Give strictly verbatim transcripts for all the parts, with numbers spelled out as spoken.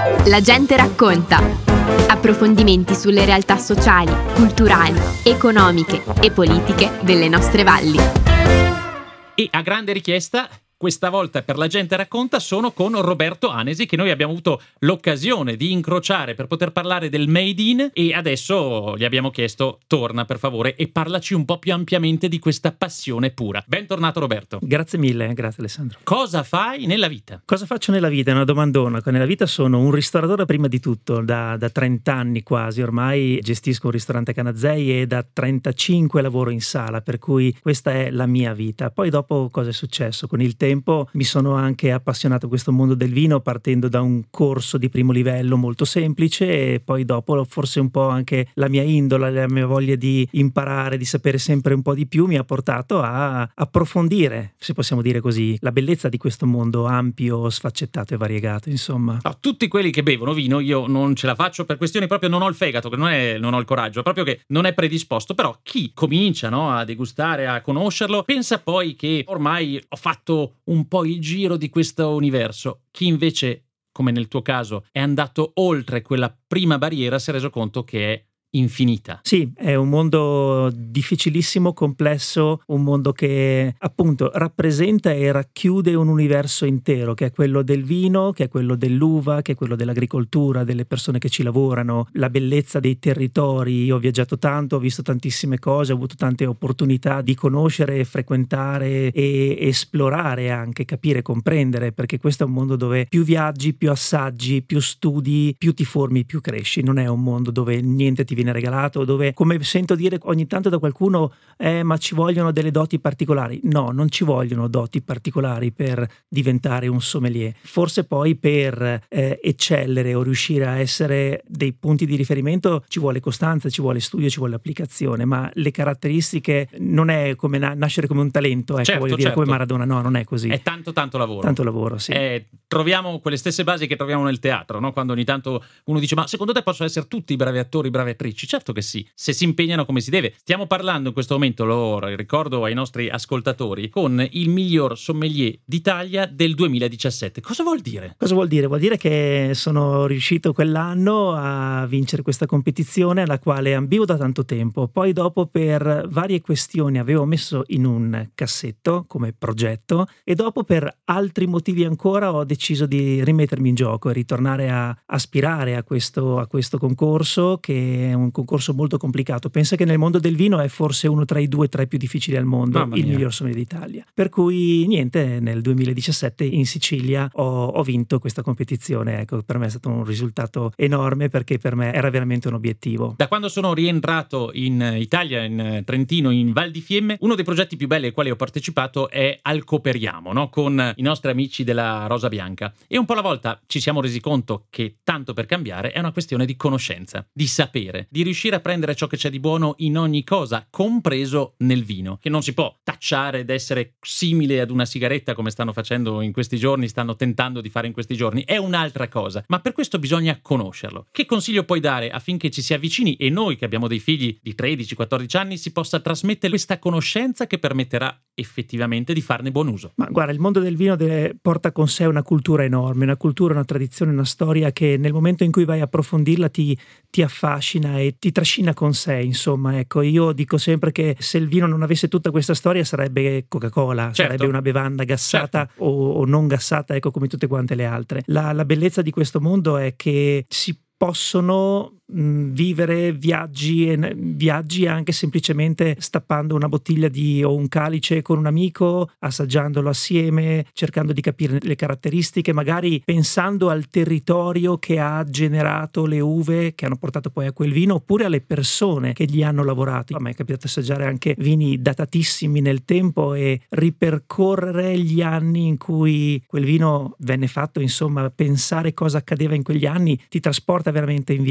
La gente racconta. Approfondimenti sulle realtà sociali, culturali, economiche e politiche delle nostre valli. E a grande richiesta, questa volta per La gente racconta sono con Roberto Anesi, che noi abbiamo avuto l'occasione di incrociare per poter parlare del Made in, e adesso gli abbiamo chiesto: torna per favore e parlaci un po' più ampiamente di questa passione pura. Bentornato Roberto. Grazie mille, grazie Alessandro. Cosa fai nella vita? Cosa faccio nella vita? È una domandona. Nella vita sono un ristoratore prima di tutto, da, da trenta anni quasi ormai gestisco un ristorante a Canazei e da trentacinque lavoro in sala, per cui questa è la mia vita. Poi dopo cosa è successo? Con il tempo mi sono anche appassionato a questo mondo del vino, partendo da un corso di primo livello molto semplice, e poi dopo forse un po' anche la mia indole, la mia voglia di imparare, di sapere sempre un po' di più mi ha portato a approfondire, se possiamo dire così, la bellezza di questo mondo ampio, sfaccettato e variegato, insomma. No, tutti quelli che bevono vino io non ce la faccio per questioni proprio, non ho il fegato, che non è non ho il coraggio, è proprio che non è predisposto. Però chi comincia, no, a degustare, a conoscerlo, pensa poi che ormai ho fatto un po' il giro di questo universo. Chi invece, come nel tuo caso, è andato oltre quella prima barriera, si è reso conto che è infinita. Sì, è un mondo difficilissimo, complesso, un mondo che appunto rappresenta e racchiude un universo intero, che è quello del vino, che è quello dell'uva, che è quello dell'agricoltura, delle persone che ci lavorano, la bellezza dei territori. Io ho viaggiato tanto, ho visto tantissime cose, ho avuto tante opportunità di conoscere, frequentare e esplorare, anche capire, comprendere, perché questo è un mondo dove più viaggi, più assaggi, più studi, più ti formi, più cresci. Non è un mondo dove niente ti viene regalato, dove, come sento dire ogni tanto da qualcuno, eh, ma ci vogliono delle doti particolari. No, non ci vogliono doti particolari per diventare un sommelier. Forse poi per eh, eccellere o riuscire a essere dei punti di riferimento ci vuole costanza, ci vuole studio, ci vuole applicazione, ma le caratteristiche non è come na- nascere come un talento, ecco, certo, voglio dire, certo. come Maradona, no, non è così. È tanto tanto lavoro. Tanto lavoro, sì. Eh, troviamo quelle stesse basi che troviamo nel teatro, no? Quando ogni tanto uno dice: ma secondo te possono essere tutti bravi attori, bravi attrici? Certo che sì, se si impegnano come si deve. Stiamo parlando in questo momento, lo ricordo ai nostri ascoltatori, con il miglior sommelier d'Italia del duemiladiciassette. Cosa vuol dire? Cosa vuol dire? Vuol dire che sono riuscito quell'anno a vincere questa competizione, alla quale ambivo da tanto tempo. Poi dopo, per varie questioni, avevo messo in un cassetto come progetto, e dopo per altri motivi ancora ho deciso di rimettermi in gioco e ritornare a aspirare a questo, a questo concorso, che è un concorso molto complicato. Pensa che nel mondo del vino è forse uno tra i due o tre più difficili al mondo, Mamma il mia. miglior sommelier d'Italia. Per cui niente, nel duemiladiciassette in Sicilia ho, ho vinto questa competizione. Ecco, per me è stato un risultato enorme, perché per me era veramente un obiettivo. Da quando sono rientrato in Italia, in Trentino, in Val di Fiemme, uno dei progetti più belli ai quali ho partecipato è Al Cooperiamo, no? Con i nostri amici della Rosa Bianca. E un po' alla volta ci siamo resi conto che, tanto per cambiare, è una questione di conoscenza, di sapere, di riuscire a prendere ciò che c'è di buono in ogni cosa, compreso nel vino, che non si può tacciare d'essere simile ad una sigaretta, come stanno facendo in questi giorni, stanno tentando di fare in questi giorni. È un'altra cosa, ma per questo bisogna conoscerlo. Che consiglio puoi dare affinché ci si avvicini e noi, che abbiamo dei figli di tredici quattordici anni, si possa trasmettere questa conoscenza che permetterà effettivamente di farne buon uso? Ma guarda, il mondo del vino deve, porta con sé una cultura enorme, una cultura, una tradizione, una storia che nel momento in cui vai a approfondirla ti, ti affascina e ti trascina con sé, insomma. Ecco, io dico sempre che se il vino non avesse tutta questa storia sarebbe Coca-Cola, certo. sarebbe una bevanda gassata, certo. o, o non gassata, ecco, come tutte quante le altre. La, la bellezza di questo mondo è che si possono mh, vivere viaggi, e, viaggi anche semplicemente stappando una bottiglia di o un calice con un amico, assaggiandolo assieme, cercando di capire le caratteristiche, magari pensando al territorio che ha generato le uve che hanno portato poi a quel vino, oppure alle persone che gli hanno lavorato. A me è capitato assaggiare anche vini datatissimi nel tempo e ripercorrere gli anni in cui quel vino venne fatto, insomma, pensare cosa accadeva in quegli anni ti trasporta veramente in viaggi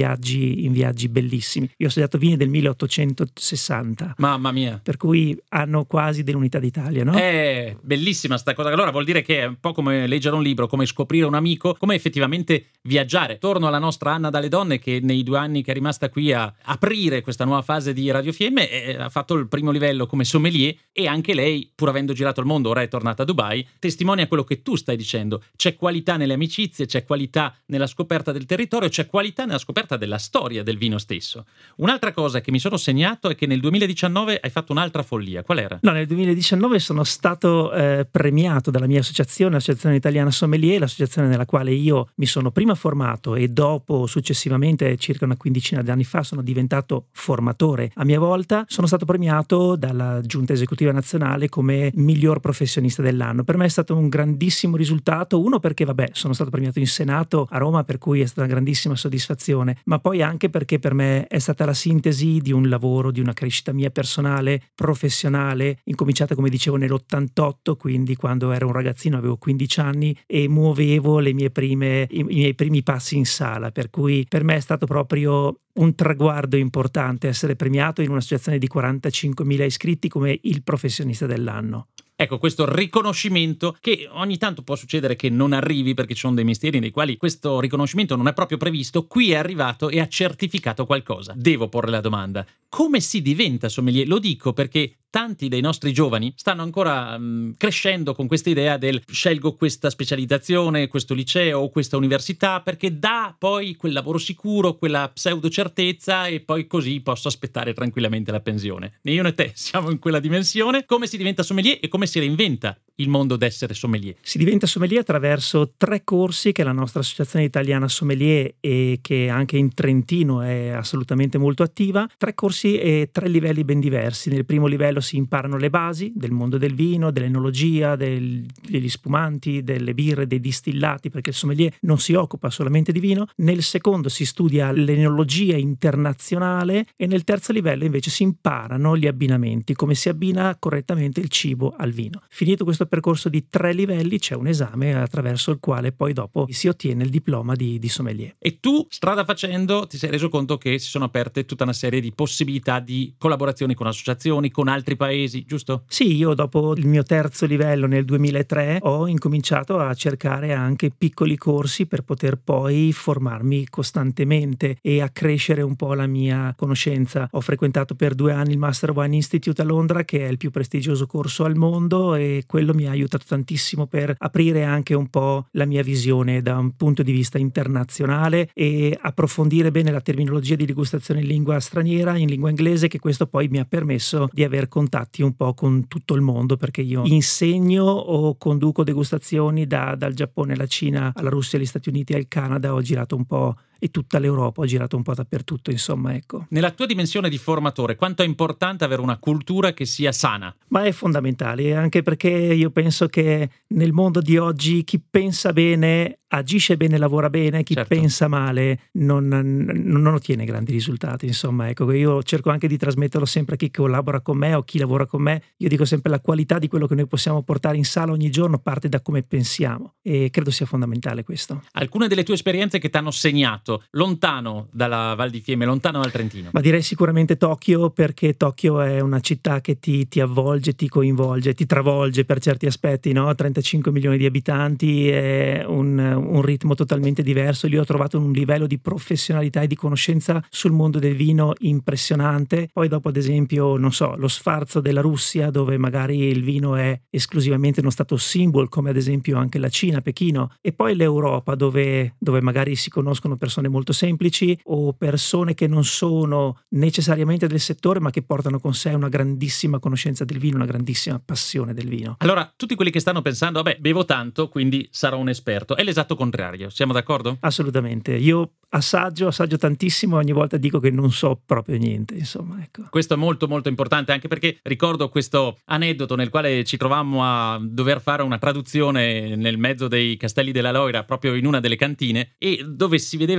viaggi, in viaggi bellissimi. Io ho assaggiato vini del milleottocentosessanta. Mamma mia. Per cui hanno quasi dell'unità d'Italia, no? È bellissima sta cosa. Allora vuol dire che è un po' come leggere un libro, come scoprire un amico, come effettivamente viaggiare. Torno alla nostra Anna dalle Donne, che nei due anni che è rimasta qui a aprire questa nuova fase di Radio Fiemme eh, ha fatto il primo livello come sommelier, e anche lei, pur avendo girato il mondo, ora è tornata a Dubai, testimonia quello che tu stai dicendo. C'è qualità nelle amicizie, c'è qualità nella scoperta del territorio, c'è qualità nella scoperta della storia del vino stesso. Un'altra cosa che mi sono segnato è che nel duemiladiciannove hai fatto un'altra follia. Qual era? No, nel duemiladiciannove sono stato eh, premiato dalla mia associazione, l'Associazione Italiana Sommelier, l'associazione nella quale io mi sono prima formato e dopo, successivamente, circa una quindicina di anni fa, sono diventato formatore a mia volta. Sono stato premiato dalla Giunta Esecutiva Nazionale come miglior professionista dell'anno. Per me è stato un grandissimo risultato, uno perché vabbè sono stato premiato in Senato a Roma, per cui è stata una grandissima soddisfazione, ma poi anche perché per me è stata la sintesi di un lavoro, di una crescita mia personale, professionale, incominciata come dicevo nell'ottantotto, quindi quando ero un ragazzino, avevo quindici anni e muovevo le mie prime, i, i miei primi passi in sala, per cui per me è stato proprio un traguardo importante essere premiato in un'associazione di quarantacinquemila iscritti come il professionista dell'anno. Ecco, questo riconoscimento che ogni tanto può succedere che non arrivi, perché ci sono dei mestieri nei quali questo riconoscimento non è proprio previsto. Qui è arrivato e ha certificato qualcosa. Devo porre la domanda: come si diventa sommelier? Lo dico perché tanti dei nostri giovani stanno ancora mh, crescendo con questa idea del scelgo questa specializzazione, questo liceo o questa università, perché dà poi quel lavoro sicuro, quella pseudo certezza, e poi così posso aspettare tranquillamente la pensione. Né io né te siamo in quella dimensione. Come si diventa sommelier e come si reinventa il mondo d'essere sommelier? Si diventa sommelier attraverso tre corsi che la nostra Associazione Italiana Sommelier, e che anche in Trentino è assolutamente molto attiva, tre corsi e tre livelli ben diversi. Nel primo livello si imparano le basi del mondo del vino, dell'enologia, del, degli spumanti, delle birre, dei distillati, perché il sommelier non si occupa solamente di vino. Nel secondo si studia l'enologia internazionale e nel terzo livello invece si imparano gli abbinamenti, come si abbina correttamente il cibo al vino. Finito questo percorso di tre livelli c'è un esame attraverso il quale poi dopo si ottiene il diploma di, di sommelier. E tu, strada facendo, ti sei reso conto che si sono aperte tutta una serie di possibilità di collaborazioni con associazioni, con altri paesi, giusto? Sì, io dopo il mio terzo livello nel duemilatré ho incominciato a cercare anche piccoli corsi per poter poi formarmi costantemente e accrescere un po' la mia conoscenza. Ho frequentato per due anni il Master Wine Institute a Londra, che è il più prestigioso corso al mondo, e quello mi ha aiutato tantissimo per aprire anche un po' la mia visione da un punto di vista internazionale e approfondire bene la terminologia di degustazione in lingua straniera, in lingua inglese, che questo poi mi ha permesso di aver contatti un po' con tutto il mondo, perché io insegno o conduco degustazioni da, dal Giappone alla Cina, alla Russia, agli Stati Uniti, al Canada. Ho girato un po' e tutta l'Europa, ho girato un po' dappertutto, insomma, ecco. Nella tua dimensione di formatore, quanto è importante avere una cultura che sia sana? Ma è fondamentale, anche perché io penso che nel mondo di oggi chi pensa bene agisce bene, lavora bene, chi certo. pensa male non, non ottiene grandi risultati, insomma, ecco. Io cerco anche di trasmetterlo sempre a chi collabora con me o chi lavora con me. Io dico sempre: la qualità di quello che noi possiamo portare in sala ogni giorno parte da come pensiamo, e credo sia fondamentale questo. Alcune delle tue esperienze che ti hanno segnato lontano dalla Val di Fiemme, lontano dal Trentino? Ma direi sicuramente Tokyo, perché Tokyo è una città che ti, ti avvolge, ti coinvolge, ti travolge per certi aspetti, no? trentacinque milioni di abitanti, è un, un ritmo totalmente diverso. Lì ho trovato un livello di professionalità e di conoscenza sul mondo del vino impressionante. Poi dopo, ad esempio, non so, lo sfarzo della Russia, dove magari il vino è esclusivamente uno stato symbol, come ad esempio anche la Cina, Pechino, e poi l'Europa, dove, dove magari si conoscono persone molto semplici o persone che non sono necessariamente del settore, ma che portano con sé una grandissima conoscenza del vino, una grandissima passione del vino. Allora, tutti quelli che stanno pensando: vabbè, bevo tanto, quindi sarò un esperto, è l'esatto contrario, siamo d'accordo? Assolutamente. Io assaggio, assaggio tantissimo, ogni volta dico che non so proprio niente, insomma, ecco. Questo è molto molto importante, anche perché ricordo questo aneddoto nel quale ci trovammo a dover fare una traduzione nel mezzo dei Castelli della Loira, proprio in una delle cantine, e dove si vedeva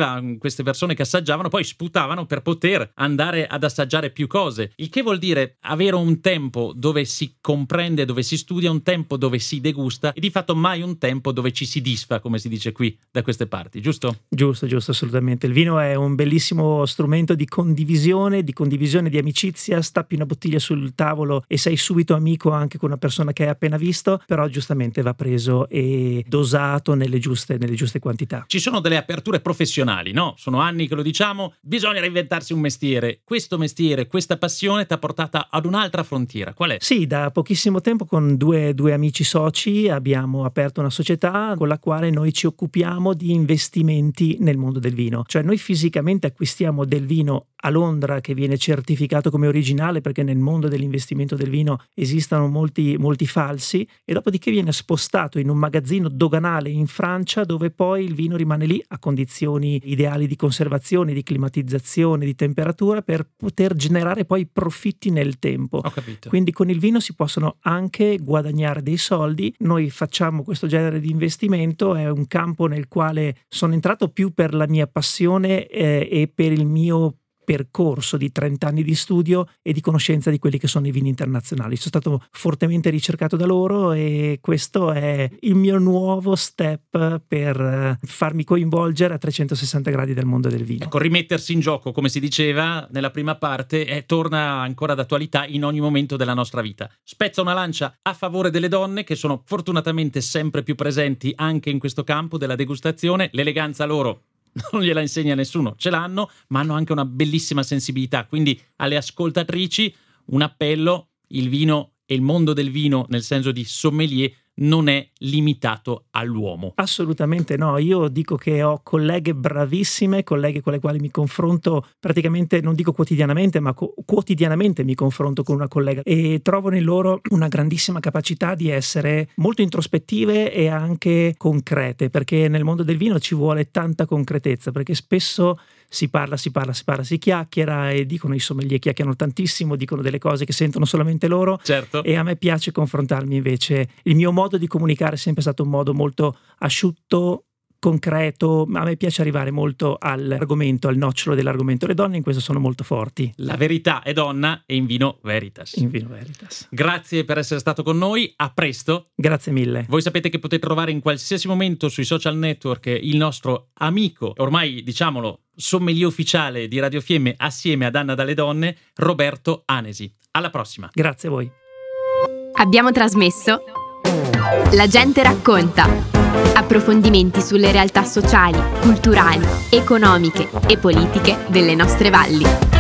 succedeva? Queste persone che assaggiavano poi sputavano per poter andare ad assaggiare più cose, il che vuol dire avere un tempo dove si comprende, dove si studia, un tempo dove si degusta e di fatto mai un tempo dove ci si disfa, come si dice qui da queste parti, giusto? Giusto, giusto, assolutamente. Il vino è un bellissimo strumento di condivisione, di condivisione di amicizia. Stappi una bottiglia sul tavolo e sei subito amico anche con una persona che hai appena visto, però giustamente va preso e dosato nelle giuste, nelle giuste quantità. Ci sono delle aperture professionali, no? Sono anni che lo diciamo, bisogna reinventarsi un mestiere. Questo mestiere, questa passione ti ha portata ad un'altra frontiera. Qual è? Sì, da pochissimo tempo con due, due amici soci abbiamo aperto una società con la quale noi ci occupiamo di investimenti nel mondo del vino. Cioè noi fisicamente acquistiamo del vino a Londra che viene certificato come originale, perché nel mondo dell'investimento del vino esistono molti, molti falsi, e dopodiché viene spostato in un magazzino doganale in Francia, dove poi il vino rimane lì a condizioni ideali di conservazione, di climatizzazione, di temperatura, per poter generare poi profitti nel tempo. Ho capito. Quindi con il vino si possono anche guadagnare dei soldi. Noi facciamo questo genere di investimento, è un campo nel quale sono entrato più per la mia passione eh, e per il mio percorso di trenta anni di studio e di conoscenza di quelli che sono i vini internazionali. Sono stato fortemente ricercato da loro e questo è il mio nuovo step per farmi coinvolgere a trecentosessanta gradi del mondo del vino. Ecco, rimettersi in gioco, come si diceva nella prima parte, eh, torna ancora d'attualità in ogni momento della nostra vita. Spezza una lancia a favore delle donne, che sono fortunatamente sempre più presenti anche in questo campo della degustazione. L'eleganza loro non gliela insegna nessuno, ce l'hanno, ma hanno anche una bellissima sensibilità. Quindi alle ascoltatrici un appello: il vino e il mondo del vino nel senso di sommelier non è limitato all'uomo. Assolutamente no, io dico che ho colleghe bravissime, colleghe con le quali mi confronto praticamente, non dico quotidianamente, ma co- quotidianamente mi confronto con una collega e trovo in loro una grandissima capacità di essere molto introspettive e anche concrete, perché nel mondo del vino ci vuole tanta concretezza, perché spesso si parla, si parla, si parla, si chiacchiera, e dicono i sommelier chiacchierano tantissimo, dicono delle cose che sentono solamente loro. Certo. E a me piace confrontarmi invece. Il mio modo di comunicare è sempre stato un modo molto asciutto, concreto, ma a me piace arrivare molto all'argomento, al nocciolo dell'argomento. Le donne in questo sono molto forti. La verità è donna e in vino veritas. In vino veritas. Grazie per essere stato con noi, a presto. Grazie mille. Voi sapete che potete trovare in qualsiasi momento sui social network il nostro amico, ormai diciamolo, sommelier ufficiale di Radio Fiemme assieme ad Anna dalle Donne, Roberto Anesi. Alla prossima. Grazie a voi. Abbiamo trasmesso La gente racconta. Approfondimenti sulle realtà sociali, culturali, economiche e politiche delle nostre valli.